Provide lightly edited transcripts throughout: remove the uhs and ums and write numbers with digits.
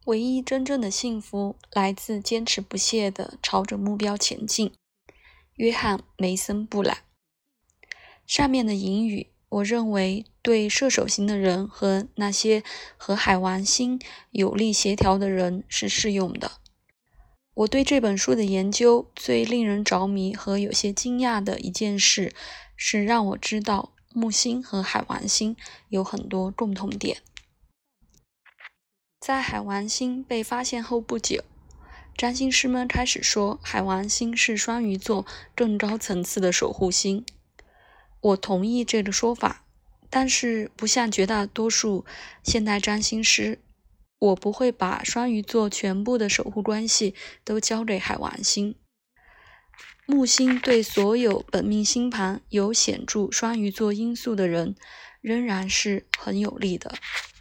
唯一真正的幸福来自坚持不懈地朝着目标前进。约翰·梅森·布朗。上面的引语，我认为对射手型的人和那些和海王星有力协调的人是适用的。我对这本书的研究最令人着迷和有些惊讶的一件事，是让我知道木星和海王星有很多共同点。在海王星被发现后不久，占星师们开始说海王星是双鱼座更高层次的守护星。我同意这个说法，但是不像绝大多数现代占星师，我不会把双鱼座全部的守护关系都交给海王星。木星对所有本命星盘有显著双鱼座因素的人仍然是很有利的。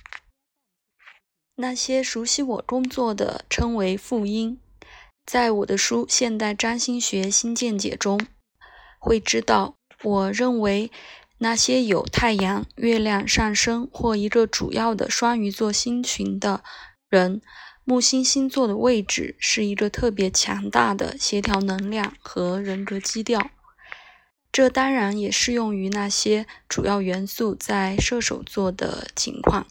那些熟悉我工作的称为副因，在我的书《现代占星学新见解》中会知道，我认为那些有太阳、月亮上升或一个主要的双鱼座星群的人，木星星座的位置是一个特别强大的协调能量和人格基调。这当然也适用于那些主要元素在射手座的情况。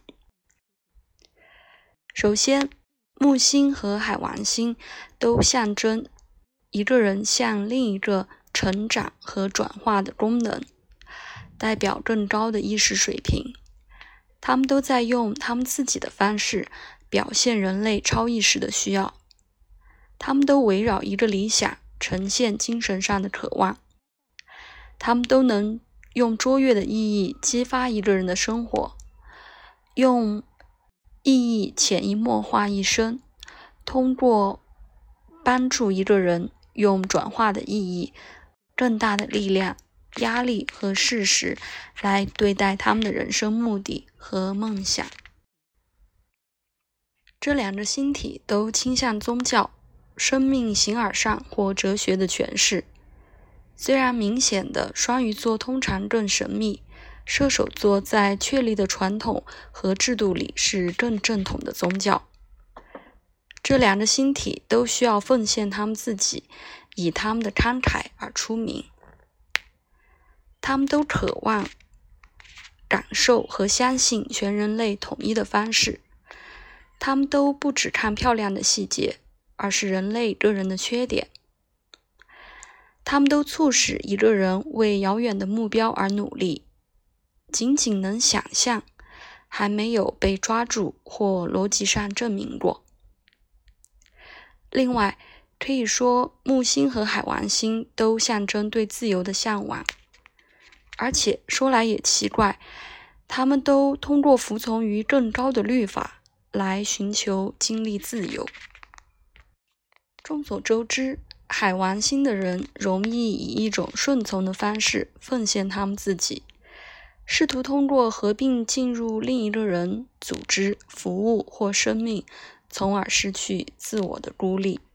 首先，木星和海王星都象征一个人向另一个成长和转化的功能，代表更高的意识水平。他们都在用他们自己的方式表现人类超意识的需要。他们都围绕一个理想，呈现精神上的渴望。他们都能用卓越的意义激发一个人的生活，用意义潜移默化一生，通过帮助一个人用转化的意义、更大的力量、压力和事实来对待他们的人生目的和梦想。这两个星体都倾向宗教、生命形而上或哲学的诠释。虽然明显的双鱼座通常更神秘，射手座在确立的传统和制度里是更正统的宗教。这两个星体都需要奉献他们自己，以他们的慷慨而出名。他们都渴望感受和相信全人类统一的方式。他们都不只看漂亮的细节，而是人类个人的缺点。他们都促使一个人为遥远的目标而努力，仅仅能想象，还没有被抓住或逻辑上证明过。另外，可以说木星和海王星都象征对自由的向往，而且说来也奇怪，他们都通过服从于更高的律法来寻求经历自由。众所周知，海王星的人容易以一种顺从的方式奉献他们自己，试图通过合并进入另一个人、组织、服务或生命，从而失去自我的孤立。